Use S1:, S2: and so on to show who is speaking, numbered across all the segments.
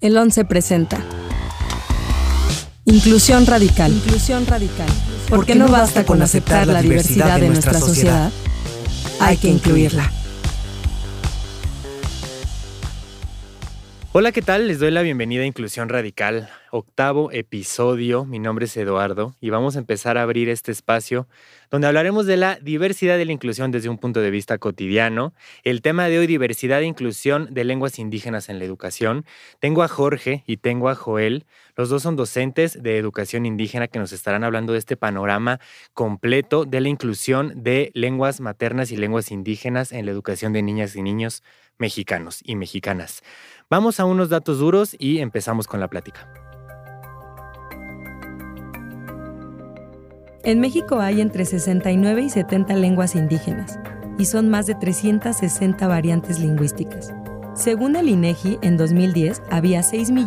S1: El 11 presenta Inclusión Radical. Inclusión Radical. Porque no basta con aceptar la diversidad de nuestra sociedad, hay que incluirla.
S2: Hola, ¿qué tal? Les doy la bienvenida a Inclusión Radical, 8º episodio. Mi nombre es Eduardo y vamos a empezar a abrir este espacio donde hablaremos de la diversidad y la inclusión desde un punto de vista cotidiano. El tema de hoy, diversidad e inclusión de lenguas indígenas en la educación. Tengo a Jorge y tengo a Joel. Los dos son docentes de educación indígena que nos estarán hablando de este panorama completo de la inclusión de lenguas maternas y lenguas indígenas en la educación de niñas y niños mexicanos y mexicanas. Vamos a unos datos duros y empezamos con la plática.
S1: En México hay entre 69 y 70 lenguas indígenas y son más de 360 variantes lingüísticas. Según el INEGI, en 2010 había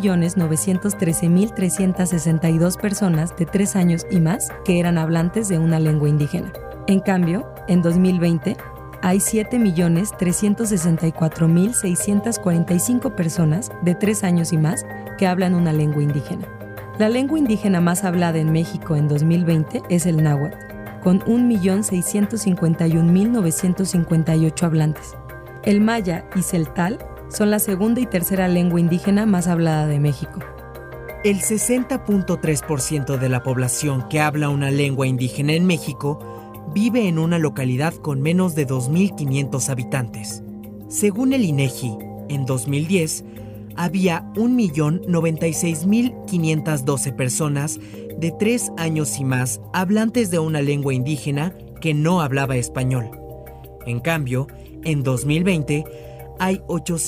S1: 6.913.362 personas de 3 años y más que eran hablantes de una lengua indígena. En cambio, en 2020 hay 7.364.645 personas de 3 años y más que hablan una lengua indígena. La lengua indígena más hablada en México en 2020 es el náhuatl, con 1.651.958 hablantes. El maya y celtal son la segunda y tercera lengua indígena más hablada de México.
S3: El 60.3% de la población que habla una lengua indígena en México vive en una localidad con menos de 2.500 habitantes. Según el INEGI, en 2010 había 1.096.512 personas de 3 años y más hablantes de una lengua indígena que no hablaba español. En cambio, en 2020 hay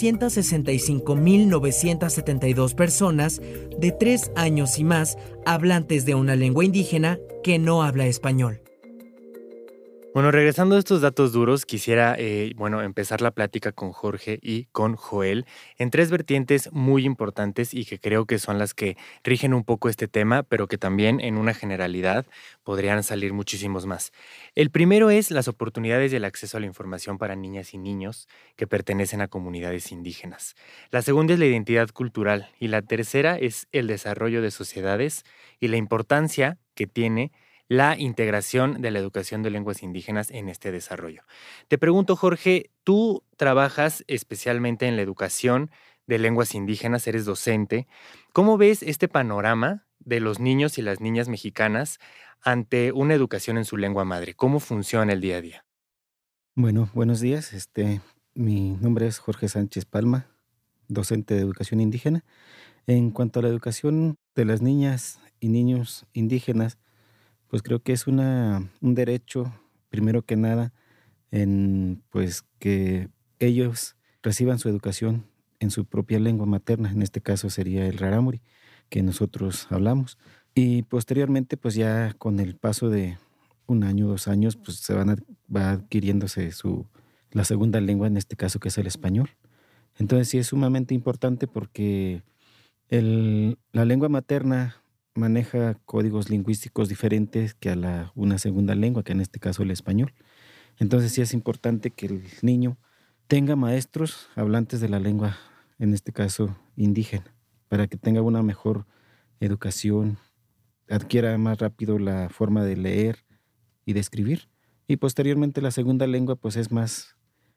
S3: 865.972 personas de 3 años y más hablantes de una lengua indígena que no habla español.
S2: Bueno, regresando a estos datos duros, quisiera empezar la plática con Jorge y con Joel en 3 vertientes muy importantes y que creo que son las que rigen un poco este tema, pero que también en una generalidad podrían salir muchísimos más. El primero es las oportunidades y el acceso a la información para niñas y niños que pertenecen a comunidades indígenas. La segunda es la identidad cultural y la tercera es el desarrollo de sociedades y la importancia que tiene la integración de la educación de lenguas indígenas en este desarrollo. Te pregunto, Jorge, tú trabajas especialmente en la educación de lenguas indígenas, eres docente. ¿Cómo ves este panorama de los niños y las niñas mexicanas ante una educación en su lengua madre? ¿Cómo funciona el día a día?
S4: Bueno, buenos días. Mi nombre es Jorge Sánchez Palma, docente de educación indígena. En cuanto a la educación de las niñas y niños indígenas, pues creo que es un derecho, primero que nada, en pues que ellos reciban su educación en su propia lengua materna. En este caso sería el rarámuri, que nosotros hablamos. Y posteriormente, pues ya con el paso de 1 año, 2 años, pues va adquiriéndose la segunda lengua, en este caso que es el español. Entonces sí es sumamente importante porque la lengua materna maneja códigos lingüísticos diferentes que una segunda lengua, que en este caso el español. Entonces sí es importante que el niño tenga maestros hablantes de la lengua, en este caso indígena, para que tenga una mejor educación, adquiera más rápido la forma de leer y de escribir. Y posteriormente la segunda lengua pues es más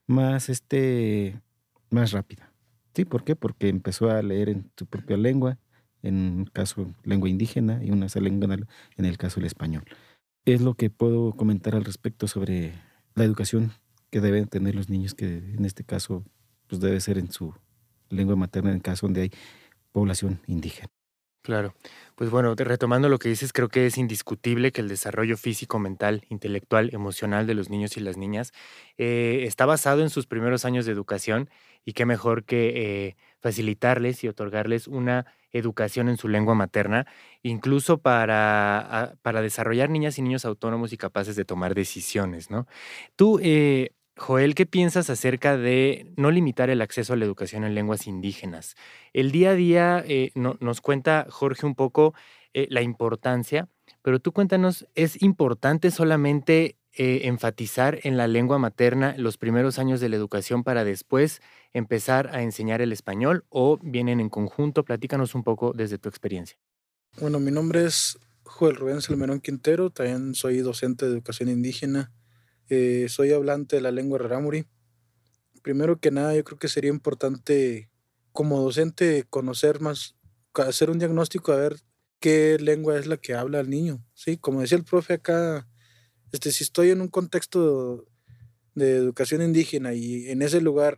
S4: rápida. ¿Sí? ¿Por qué? Porque empezó a leer en su propia lengua, en el caso lengua indígena, y una sola lengua en el caso el español. Es lo que puedo comentar al respecto sobre la educación que deben tener los niños, que en este caso pues debe ser en su lengua materna, en el caso donde hay población indígena.
S2: Claro. Pues bueno, retomando lo que dices, creo que es indiscutible que el desarrollo físico, mental, intelectual, emocional de los niños y las niñas está basado en sus primeros años de educación y qué mejor que facilitarles y otorgarles una educación en su lengua materna, incluso para desarrollar niñas y niños autónomos y capaces de tomar decisiones, ¿no? Tú, Joel, ¿qué piensas acerca de no limitar el acceso a la educación en lenguas indígenas? El día a día nos cuenta Jorge un poco la importancia, pero tú cuéntanos, ¿es importante solamente enfatizar en la lengua materna los primeros años de la educación para después empezar a enseñar el español o vienen en conjunto? Platícanos un poco desde tu experiencia.
S5: Bueno, mi nombre es Joel Rubén Salmerón Quintero, también soy docente de educación indígena, soy hablante de la lengua rarámuri. Primero que nada, yo creo que sería importante como docente conocer más, hacer un diagnóstico a ver qué lengua es la que habla el niño, ¿sí? Como decía el profe acá, si estoy en un contexto de educación indígena y en ese lugar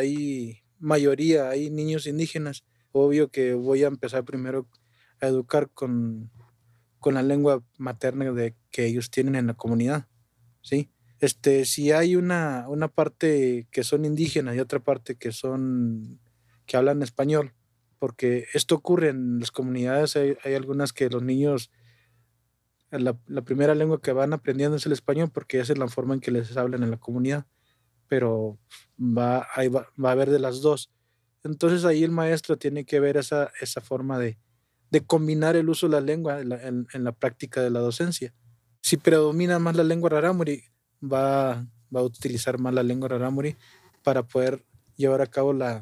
S5: hay niños indígenas, obvio que voy a empezar primero a educar con la lengua materna que ellos tienen en la comunidad, ¿sí? Si hay una parte que son indígenas y otra parte que hablan español, porque esto ocurre en las comunidades, hay algunas que los niños, la primera lengua que van aprendiendo es el español porque esa es la forma en que les hablan en la comunidad, pero va a haber de las dos. Entonces ahí el maestro tiene que ver esa forma de combinar el uso de la lengua en la práctica de la docencia. Si predomina más la lengua rarámuri, va a utilizar más la lengua rarámuri para poder llevar a cabo la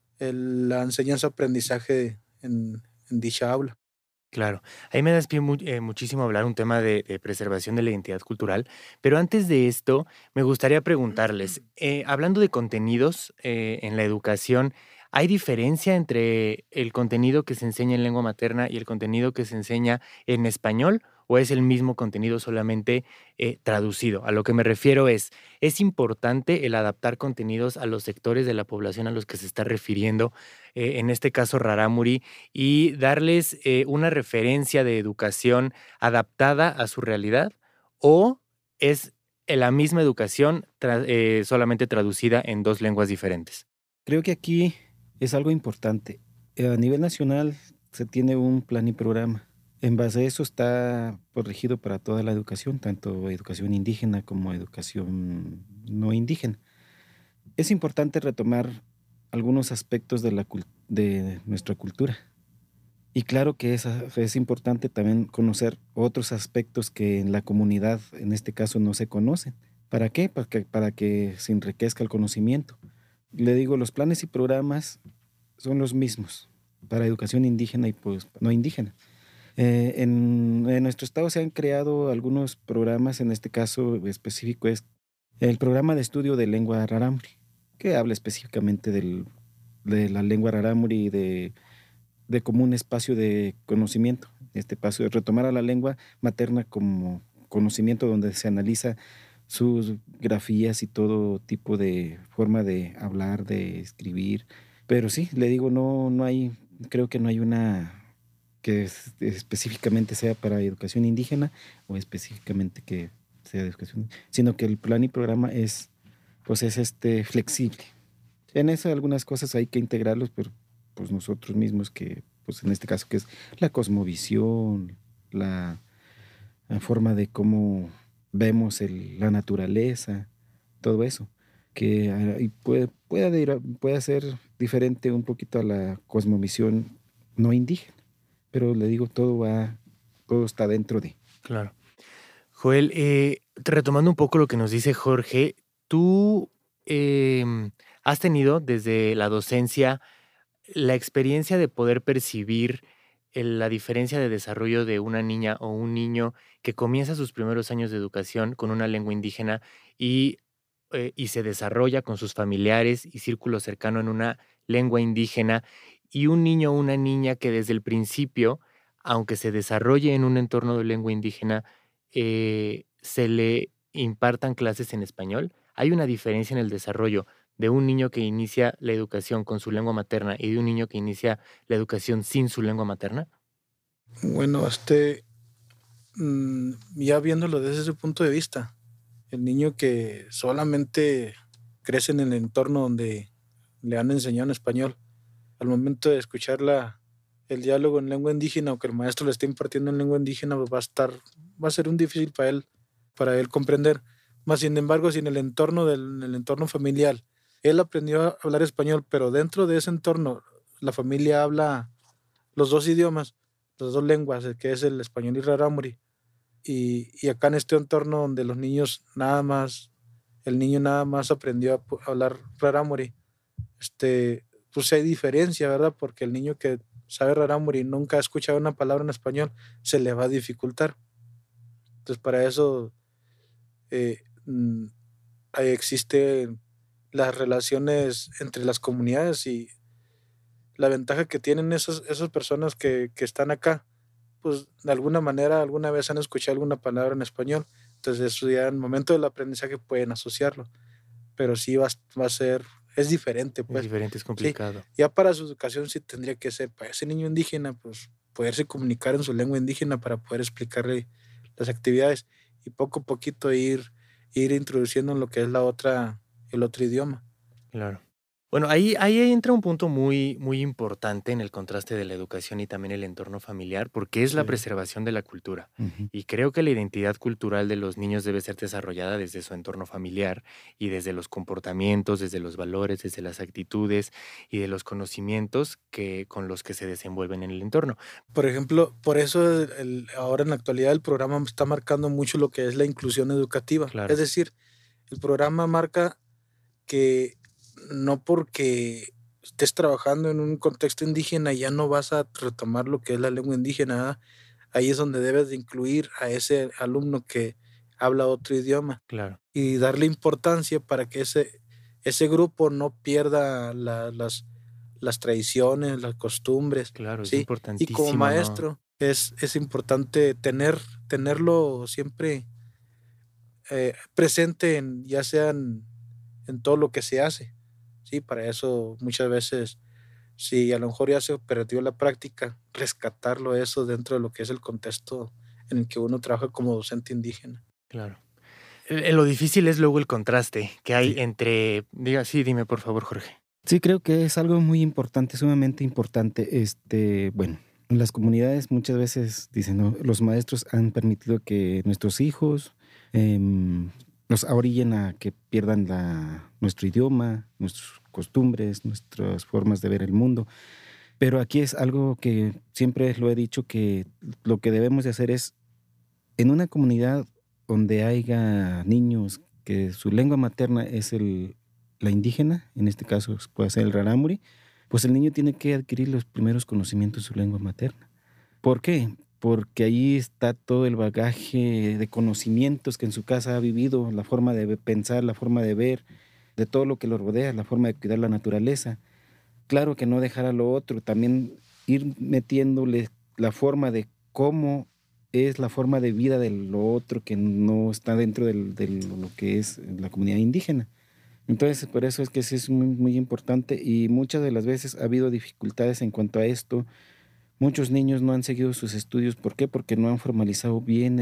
S5: enseñanza-aprendizaje en dicha aula.
S2: Claro, ahí me das pie muchísimo a hablar un tema de preservación de la identidad cultural, pero antes de esto me gustaría preguntarles, hablando de contenidos en la educación, ¿hay diferencia entre el contenido que se enseña en lengua materna y el contenido que se enseña en español? ¿O es el mismo contenido solamente traducido? A lo que me refiero ¿es importante el adaptar contenidos a los sectores de la población a los que se está refiriendo, en este caso Rarámuri, y darles una referencia de educación adaptada a su realidad? ¿O es la misma educación solamente traducida en dos lenguas diferentes?
S4: Creo que aquí es algo importante. A nivel nacional se tiene un plan y programa. En base a eso está regido para toda la educación, tanto educación indígena como educación no indígena. Es importante retomar algunos aspectos de nuestra cultura. Y claro que es importante también conocer otros aspectos que en la comunidad, en este caso, no se conocen. ¿Para qué? Para que se enriquezca el conocimiento. Le digo, los planes y programas son los mismos para educación indígena y pues no indígena. En nuestro estado se han creado algunos programas, en este caso específico es el programa de estudio de lengua rarámuri, que habla específicamente de la lengua rarámuri y de como un espacio de conocimiento. Este paso de retomar a la lengua materna como conocimiento donde se analiza sus grafías y todo tipo de forma de hablar, de escribir. Pero sí, le digo, creo que no hay una que específicamente sea para educación indígena o específicamente que sea de educación, sino que el plan y programa es flexible. En eso algunas cosas hay que integrarlos, pero pues nosotros mismos que, pues en este caso que es la cosmovisión, la forma de cómo vemos la naturaleza, todo eso, que puede ser diferente un poquito a la cosmovisión no indígena. Pero le digo, todo está dentro de.
S2: Claro. Joel, retomando un poco lo que nos dice Jorge, tú has tenido desde la docencia la experiencia de poder percibir la diferencia de desarrollo de una niña o un niño que comienza sus primeros años de educación con una lengua indígena y se desarrolla con sus familiares y círculo cercano en una lengua indígena, y un niño o una niña que desde el principio, aunque se desarrolle en un entorno de lengua indígena, se le impartan clases en español? ¿Hay una diferencia en el desarrollo de un niño que inicia la educación con su lengua materna y de un niño que inicia la educación sin su lengua materna?
S5: Bueno, ya viéndolo desde ese punto de vista, el niño que solamente crece en el entorno donde le han enseñado en español, al momento de escuchar el diálogo en lengua indígena o que el maestro le esté impartiendo en lengua indígena, pues va a ser un difícil para él comprender. Más sin embargo, si en el entorno familiar él aprendió a hablar español, pero dentro de ese entorno la familia habla los dos idiomas, las dos lenguas, que es el español y rarámuri, Y acá en este entorno donde los niños el niño nada más aprendió a hablar rarámuri, pues hay diferencia, ¿verdad? Porque el niño que sabe rarámuri y nunca ha escuchado una palabra en español, se le va a dificultar. Entonces, para eso ahí existen las relaciones entre las comunidades y la ventaja que tienen esas personas que están acá, pues de alguna manera, alguna vez han escuchado alguna palabra en español, entonces eso ya en el momento del aprendizaje pueden asociarlo, pero sí va a ser, es diferente,
S2: Es
S5: pues.
S2: diferente, es
S5: Sí,
S2: complicado.
S5: ya para su educación sí tendría que ser, para ese niño indígena, pues poderse comunicar en su lengua indígena para poder explicarle las actividades y poco a poquito ir introduciendo en lo que es el otro idioma.
S2: Claro. Bueno, ahí entra un punto muy, muy importante en el contraste de la educación y también el entorno familiar, porque es la
S5: Sí.
S2: preservación de la cultura.
S4: Ujú.
S2: Y creo que la identidad cultural de los niños debe ser desarrollada desde su entorno familiar y desde los comportamientos, desde los valores, desde las actitudes y de los conocimientos con los que se desenvuelven en el entorno.
S5: Por ejemplo, por eso ahora en la actualidad el programa está marcando mucho lo que es la inclusión educativa. Es
S2: Claro,
S5: decir, el programa marca que no porque estés trabajando en un contexto indígena ya no vas a retomar lo que es la lengua indígena. ¿Verdad? Ahí es donde debes de incluir a ese alumno que habla otro idioma
S2: claro,
S5: y darle importancia para que ese grupo no pierda las tradiciones, las costumbres,
S2: claro, es
S5: ¿sí? Y como
S2: importantísimo, ¿no?
S5: maestro es importante tenerlo siempre presente ya sea en todo lo que se hace, ¿sí? Para eso muchas veces, si a lo mejor ya se perdió la práctica, rescatarlo eso dentro de lo que es el contexto en el que uno trabaja como docente indígena.
S2: Claro. Lo difícil es luego el contraste que hay
S4: Sí.
S2: entre, sí, dime por favor, Jorge.
S4: Sí, creo que es algo muy importante, sumamente importante. Bueno, en las comunidades muchas veces dicen, ¿no? Los maestros han permitido que nuestros hijos los ahorillen a que pierdan nuestro idioma, nuestras costumbres, nuestras formas de ver el mundo. Pero aquí es algo que siempre lo he dicho, que lo que debemos de hacer es, en una comunidad donde haya niños que su lengua materna es la indígena, en este caso puede ser el rarámuri, pues el niño tiene que adquirir los primeros conocimientos de su lengua materna. ¿Por qué? Porque ahí está todo el bagaje de conocimientos que en su casa ha vivido, la forma de pensar, la forma de ver, de todo lo que lo rodea, la forma de cuidar la naturaleza. Claro que no dejar a lo otro, también ir metiéndole la forma de cómo es la forma de vida de lo otro que no está dentro de lo que es la comunidad indígena. Entonces, por eso es que sí es muy, muy importante y muchas de las veces ha habido dificultades en cuanto a esto. Muchos niños no han seguido sus estudios. ¿Por qué? Porque no han formalizado bien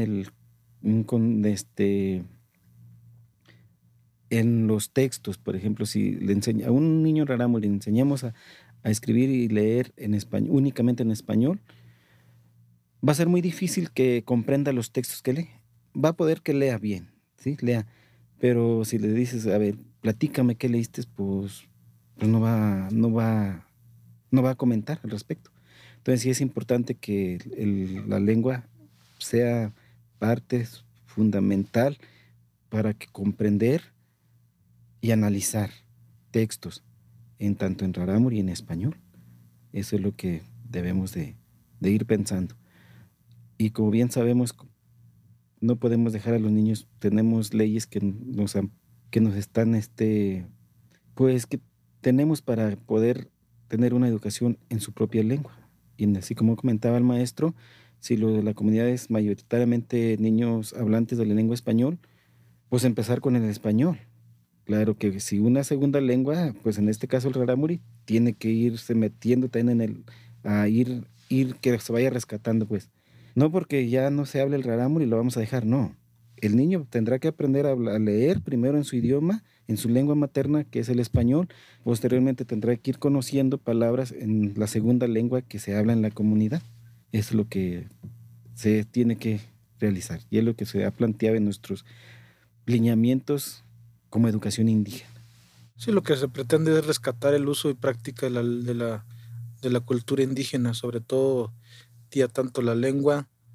S4: en los textos. Por ejemplo, si le enseña a un niño rarámuri, le enseñamos a escribir y leer en español, únicamente en español, va a ser muy difícil que comprenda los textos que lee. Va a poder que lea bien, ¿sí? Lea. Pero si le dices, a ver, platícame qué leíste, pues no va a comentar al respecto. Entonces sí es importante que la lengua sea parte fundamental para que comprender y analizar textos, tanto en rarámuri y en español. Eso es lo que debemos de ir pensando. Y como bien sabemos, no podemos dejar a los niños, tenemos leyes que nos están, pues que tenemos para poder tener una educación en su propia lengua. Y así como comentaba el maestro, si la comunidad es mayoritariamente niños hablantes de la lengua español, pues empezar con el español. Claro que si una segunda lengua, pues en este caso el rarámuri, tiene que irse metiendo también ir que se vaya rescatando, pues. No porque ya no se hable el rarámuri lo vamos a dejar, no. El niño tendrá que aprender a leer primero en su idioma, en su lengua materna, que es el español. Posteriormente tendrá que ir conociendo palabras en la segunda lengua que se habla en la comunidad. Es lo que se tiene que realizar y es lo que se ha planteado en nuestros lineamientos como educación indígena.
S5: Sí, lo que se pretende es rescatar el uso y práctica de la cultura indígena, sobre todo ya tanto la lengua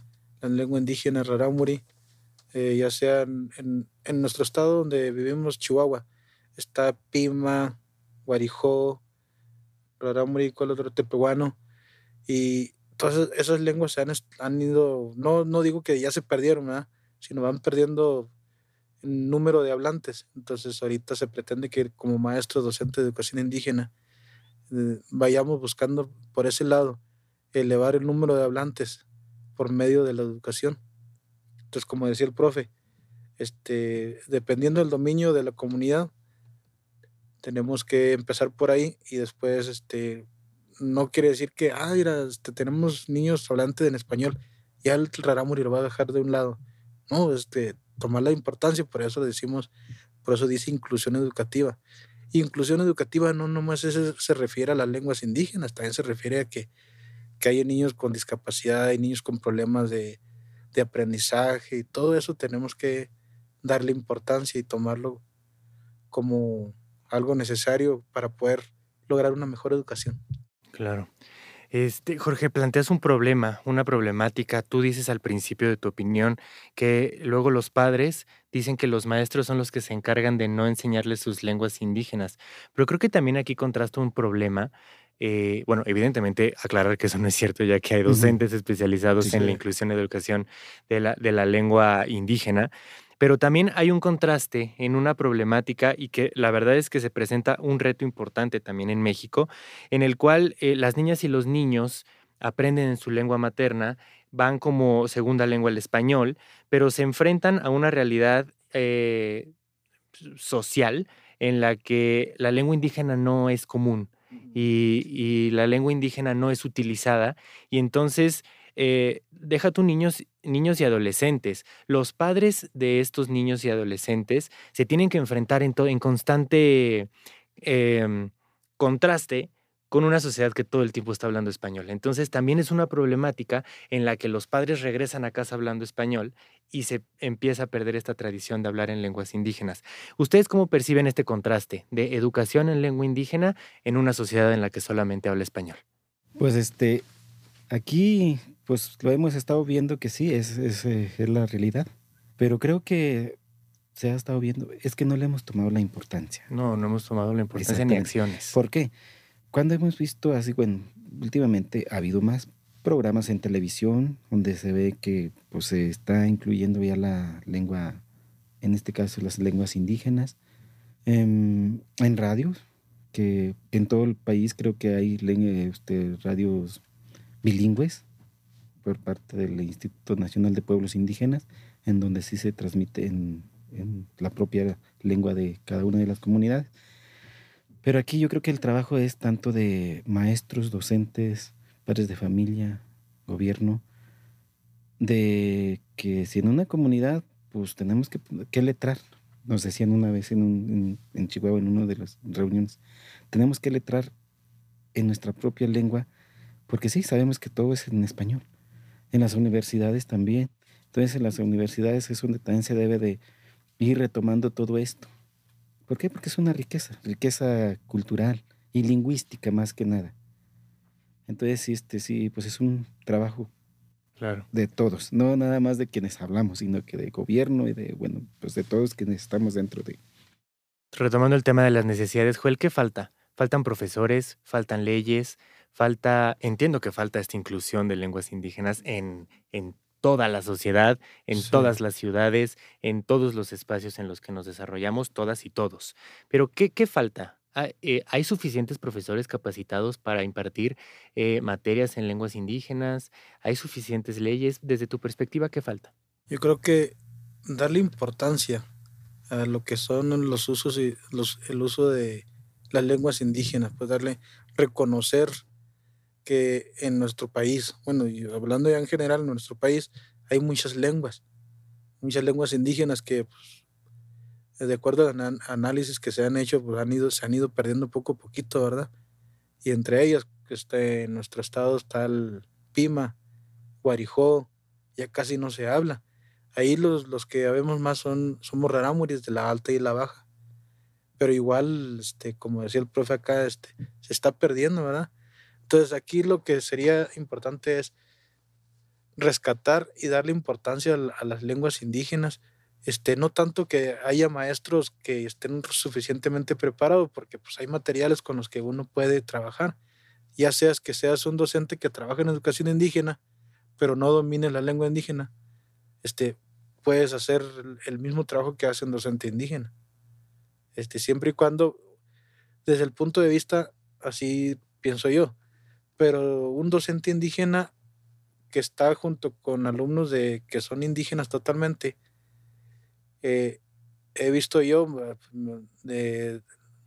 S5: la lengua indígena rarámuri, ya sea en nuestro estado donde vivimos, Chihuahua, está Pima, Guarijó, rarámuri, ¿cuál otro? Tepehuano, y todas esas lenguas han ido, no digo que ya se perdieron, ¿verdad? Sino van perdiendo el número de hablantes. Entonces ahorita se pretende que como maestro docente de educación indígena vayamos buscando por ese lado elevar el número de hablantes por medio de la educación. Entonces, como decía el profe, dependiendo del dominio de la comunidad, tenemos que empezar por ahí y después, no quiere decir que, mira, tenemos niños hablantes en español, ya el rarámuri lo va a dejar de un lado. No, tomar la importancia, por eso dice inclusión educativa. Y inclusión educativa no nomás se refiere a las lenguas indígenas, también se refiere a que hay niños con discapacidad, hay niños con problemas de aprendizaje, y todo eso tenemos que darle importancia y tomarlo como algo necesario para poder lograr una mejor educación.
S2: Claro. Jorge, planteas un problema, una problemática. Tú dices al principio de tu opinión que luego los padres dicen que los maestros son los que se encargan de no enseñarles sus lenguas indígenas. Pero creo que también aquí contrasta un problema. Bueno, evidentemente aclarar que eso no es cierto, ya que hay
S4: Ujú.
S2: docentes especializados
S4: Sí,
S2: en la inclusión y educación de la lengua indígena. Pero también hay un contraste en una problemática y que la verdad es que se presenta un reto importante también en México, en el cual las niñas y los niños aprenden en su lengua materna, van como segunda lengua el español, pero se enfrentan a una realidad social en la que la lengua indígena no es común y la lengua indígena no es utilizada. Y entonces, deja tú niños y adolescentes. Los padres de estos niños y adolescentes se tienen que enfrentar en constante em, contraste con una sociedad que todo el tiempo está hablando español. Entonces, también es una problemática en la que los padres regresan a casa hablando español y se empieza a perder esta tradición de hablar en lenguas indígenas. ¿Ustedes cómo perciben este contraste de educación en lengua indígena en una sociedad en la que solamente habla español?
S4: pues aquí pues lo hemos estado viendo que sí, es la realidad, pero creo que se ha estado viendo, es que no le hemos tomado la importancia.
S2: No, no hemos tomado la importancia ni
S4: Exactamente.
S2: acciones.
S4: ¿Por qué? Cuando hemos visto así, bueno, últimamente ha habido más programas en televisión donde se ve que pues se está incluyendo ya la lengua, en este caso las lenguas indígenas, en radios, que en todo el país creo que hay radios bilingües por parte del Instituto Nacional de Pueblos Indígenas, en donde sí se transmite en la propia lengua de cada una de las comunidades. Pero aquí yo creo que el trabajo es tanto de maestros, docentes, padres de familia, gobierno, de que si en una comunidad, pues tenemos que letrar. Nos decían una vez en Chihuahua, en una de las reuniones, tenemos que letrar en nuestra propia lengua, porque sí, sabemos que todo es en español. En las universidades también. Entonces, en las universidades es donde también se debe de ir retomando todo esto. ¿Por qué? Porque es una riqueza cultural y lingüística más que nada. Entonces, sí, pues es un trabajo
S2: Claro.
S4: de todos, no nada más de quienes hablamos, sino que de gobierno y bueno, pues de todos quienes estamos dentro de.
S2: Retomando el tema de las necesidades, Joel, ¿qué falta? ¿Faltan profesores? ¿Faltan leyes? Entiendo que falta esta inclusión de lenguas indígenas en toda la sociedad, en
S5: Sí.
S2: todas las ciudades, en todos los espacios en los que nos desarrollamos, todas y todos. Pero, ¿qué falta? ¿Hay suficientes profesores capacitados para impartir materias en lenguas indígenas? ¿Hay suficientes leyes? Desde tu perspectiva, ¿qué falta?
S5: Yo creo que darle importancia a lo que son los usos y el uso de las lenguas indígenas, pues reconocer que en nuestro país, bueno, y hablando ya en general, en nuestro país hay muchas lenguas indígenas que, pues, de acuerdo a análisis que se han hecho, pues se han ido perdiendo poco a poquito, ¿verdad? Y entre ellas, en nuestro estado está el Pima, Guarijó, ya casi no se habla. Ahí los que vemos más somos rarámuris de la alta y la baja. Pero igual, como decía el profe acá, se está perdiendo, ¿verdad? Entonces aquí lo que sería importante es rescatar y darle importancia a las lenguas indígenas. No tanto que haya maestros que estén suficientemente preparados, porque pues hay materiales con los que uno puede trabajar, ya seas que seas un docente que trabaja en educación indígena, pero no domine la lengua indígena, puedes hacer el mismo trabajo que hace un docente indígena. Siempre y cuando, desde el punto de vista, así pienso yo, pero un docente indígena que está junto con alumnos que son indígenas totalmente, he visto yo, de,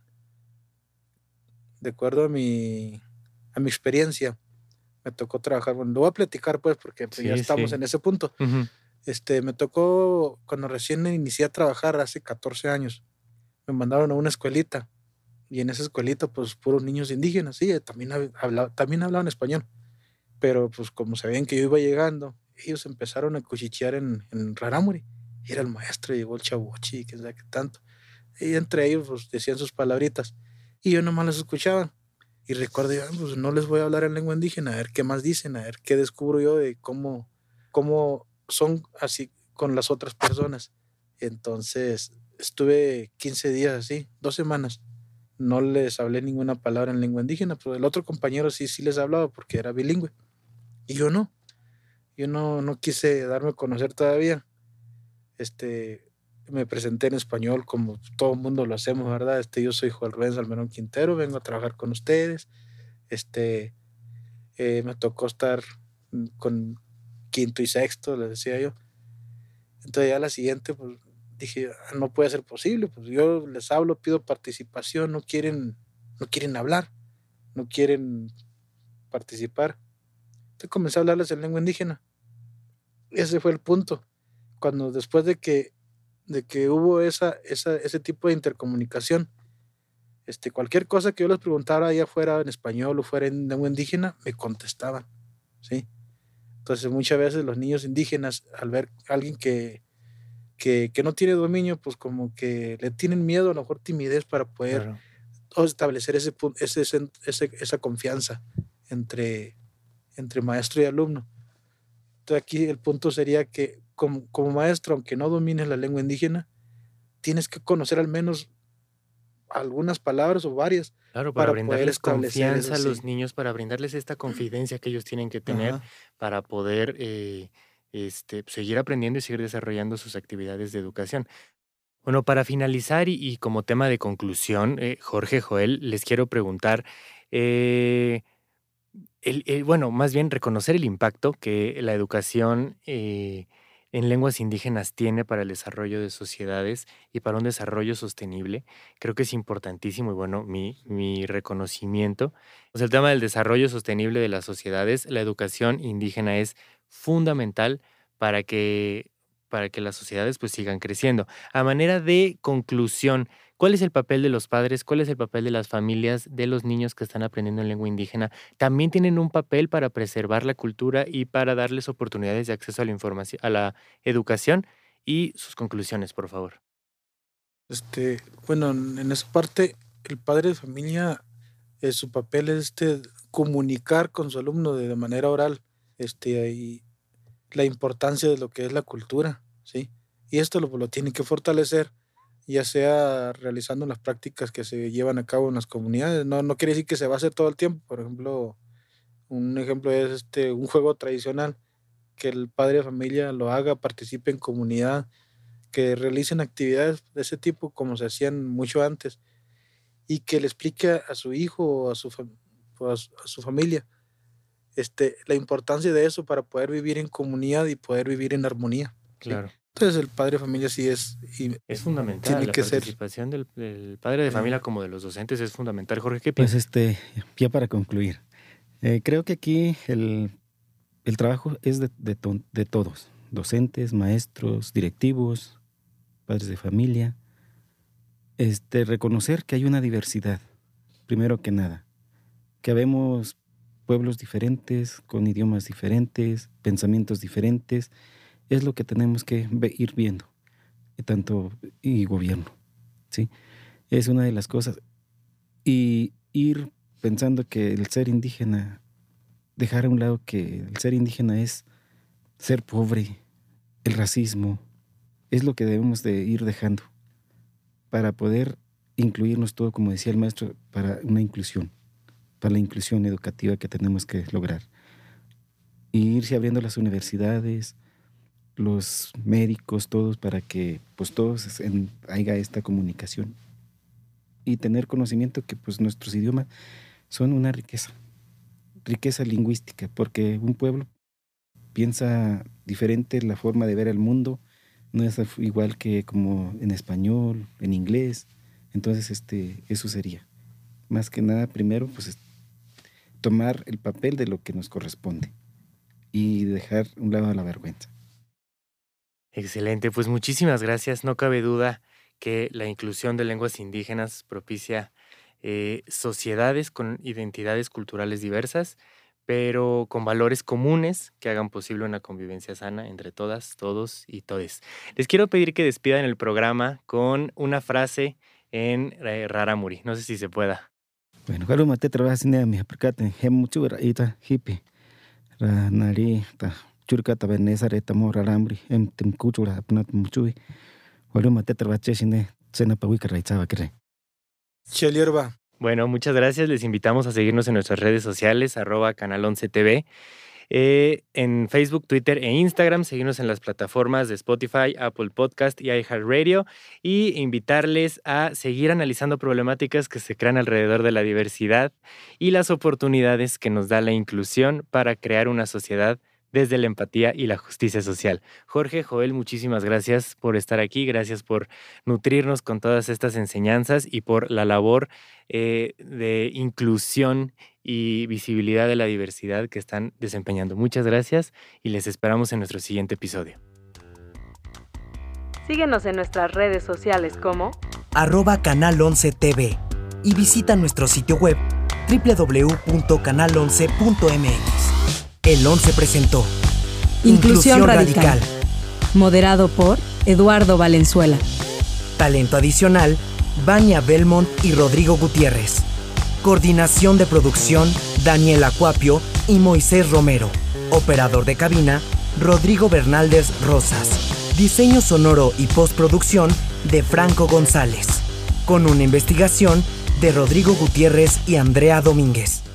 S5: de acuerdo a mi experiencia, me tocó trabajar, bueno, lo voy a platicar pues porque pues, ya
S2: Sí,
S5: estamos
S2: sí.
S5: en ese punto.
S2: Ujú.
S5: Me tocó cuando recién inicié a trabajar hace 14 años, me mandaron a una escuelita y en esa escuelita pues puros niños indígenas, sí, también hablaban español, pero pues como sabían que yo iba llegando, ellos empezaron a cuchichear en Rarámuri, y era el maestro, llegó el chavochi, que sabe qué tanto, y entre ellos pues decían sus palabritas, y yo nomás las escuchaba, y recuerdo, pues no les voy a hablar en lengua indígena, a ver qué más dicen, a ver qué descubro yo de cómo son así con las otras personas. Entonces estuve 15 días así, 2 semanas. No les hablé ninguna palabra en lengua indígena, pero el otro compañero sí les hablaba porque era bilingüe. Y yo no quise darme a conocer todavía. Me presenté en español como todo el mundo lo hacemos, ¿verdad? Yo soy Joel Rubén Salmerón Quintero, vengo a trabajar con ustedes. Me tocó estar con quinto y sexto, les decía yo. Entonces ya la siguiente, pues dije, no puede ser posible, pues yo les hablo, pido participación, no quieren hablar, no quieren participar. Entonces comencé a hablarles en lengua indígena. Ese fue el punto. Cuando después de que hubo ese tipo de intercomunicación, cualquier cosa que yo les preguntara, ya fuera en español o fuera en lengua indígena, me contestaban, ¿sí? Entonces muchas veces los niños indígenas, al ver a alguien que no tiene dominio, pues como que le tienen miedo, a lo mejor timidez para poder
S2: Claro.
S5: establecer esa confianza entre maestro y alumno. Entonces aquí el punto sería que como maestro, aunque no domines la lengua indígena, tienes que conocer al menos algunas palabras o varias
S2: Claro, para
S5: para poder
S2: brindarles
S5: establecer eso,
S2: confianza a los
S5: sí.
S2: niños, para brindarles esta confidencia que ellos tienen que tener
S5: Ajá.
S2: para poder seguir aprendiendo y seguir desarrollando sus actividades de educación. Bueno, para finalizar y como tema de conclusión, Jorge, Joel, les quiero preguntar, eh, bueno, más bien reconocer el impacto que la educación en lenguas indígenas tiene para el desarrollo de sociedades y para un desarrollo sostenible. Creo que es importantísimo y bueno, mi reconocimiento. Pues el tema del desarrollo sostenible de las sociedades, la educación indígena es fundamental para para que las sociedades pues sigan creciendo. A manera de conclusión, ¿cuál es el papel de los padres? ¿Cuál es el papel de las familias, de los niños que están aprendiendo en lengua indígena? También tienen un papel para preservar la cultura y para darles oportunidades de acceso a la información, a la educación y sus conclusiones, por favor.
S5: Bueno, en esa parte, el padre de familia, su papel es comunicar con su alumno de manera oral, y la importancia de lo que es la cultura, ¿sí? Y esto lo tiene que fortalecer, ya sea realizando las prácticas que se llevan a cabo en las comunidades. No quiere decir que se va a hacer todo el tiempo. Por ejemplo, un ejemplo es un juego tradicional, que el padre de familia lo haga, participe en comunidad, que realicen actividades de ese tipo como se hacían mucho antes, y que le explique a su hijo o a su familia la importancia de eso para poder vivir en comunidad y poder vivir en armonía, ¿sí?
S2: Claro.
S5: Entonces el padre de familia sí es, y
S2: Es fundamental,
S5: tiene
S2: la
S5: que ser,
S2: participación del padre de familia como de los docentes es fundamental. Jorge, ¿qué
S4: Pues
S2: piensas?
S4: ya para concluir, creo que aquí el trabajo es de todos, docentes, maestros, directivos, padres de familia. Reconocer que hay una diversidad, primero que nada, que habemos pueblos diferentes, con idiomas diferentes, pensamientos diferentes, es lo que tenemos que ir viendo, y gobierno, ¿sí? Es una de las cosas. Y ir pensando que el ser indígena, dejar a un lado que el ser indígena es ser pobre, el racismo, es lo que debemos de ir dejando para poder incluirnos todo, como decía el maestro, para una inclusión, para la inclusión educativa que tenemos que lograr. Y irse abriendo las universidades, los médicos, todos, para que pues todos haya esta comunicación y tener conocimiento que pues nuestros idiomas son una riqueza lingüística, porque un pueblo piensa diferente, la forma de ver el mundo no es igual que como en español, en inglés. Entonces eso sería más que nada primero pues tomar el papel de lo que nos corresponde y dejar a un lado la vergüenza.
S2: Excelente, pues muchísimas gracias. No cabe duda que la inclusión de lenguas indígenas propicia sociedades con identidades culturales diversas, pero con valores comunes que hagan posible una convivencia sana entre todas, todos y todes. Les quiero pedir que despidan el programa con una frase en Rarámuri. No sé si se pueda.
S4: Bueno, claro, mate trabajas en mi aplicate, hem mucho ita hippie, nari ta churka ta venesa reta mo Rarámuri, em timcuchura apnat muchui, claro, mate trabajas en cena pahuica raichaba que
S5: Chelierba.
S2: Bueno, muchas gracias. Les invitamos a seguirnos en nuestras redes sociales, @canal11tv. En Facebook, Twitter e Instagram, seguirnos en las plataformas de Spotify, Apple Podcast y iHeartRadio, y invitarles a seguir analizando problemáticas que se crean alrededor de la diversidad y las oportunidades que nos da la inclusión para crear una sociedad desde la empatía y la justicia social. Jorge, Joel, muchísimas gracias por estar aquí, gracias por nutrirnos con todas estas enseñanzas y por la labor de inclusión y visibilidad de la diversidad que están desempeñando. Muchas gracias y les esperamos en nuestro siguiente episodio.
S1: Síguenos en nuestras redes sociales como
S3: @canal11tv y visita nuestro sitio web www.canal11.mx. El 11 presentó
S1: Inclusión Radical, moderado por Eduardo Valenzuela.
S3: Talento adicional, Vania Belmont y Rodrigo Gutiérrez. Coordinación de producción, Daniel Acuapio y Moisés Romero. Operador de cabina, Rodrigo Bernaldez Rosas. Diseño sonoro y postproducción de Franco González. Con una investigación de Rodrigo Gutiérrez y Andrea Domínguez.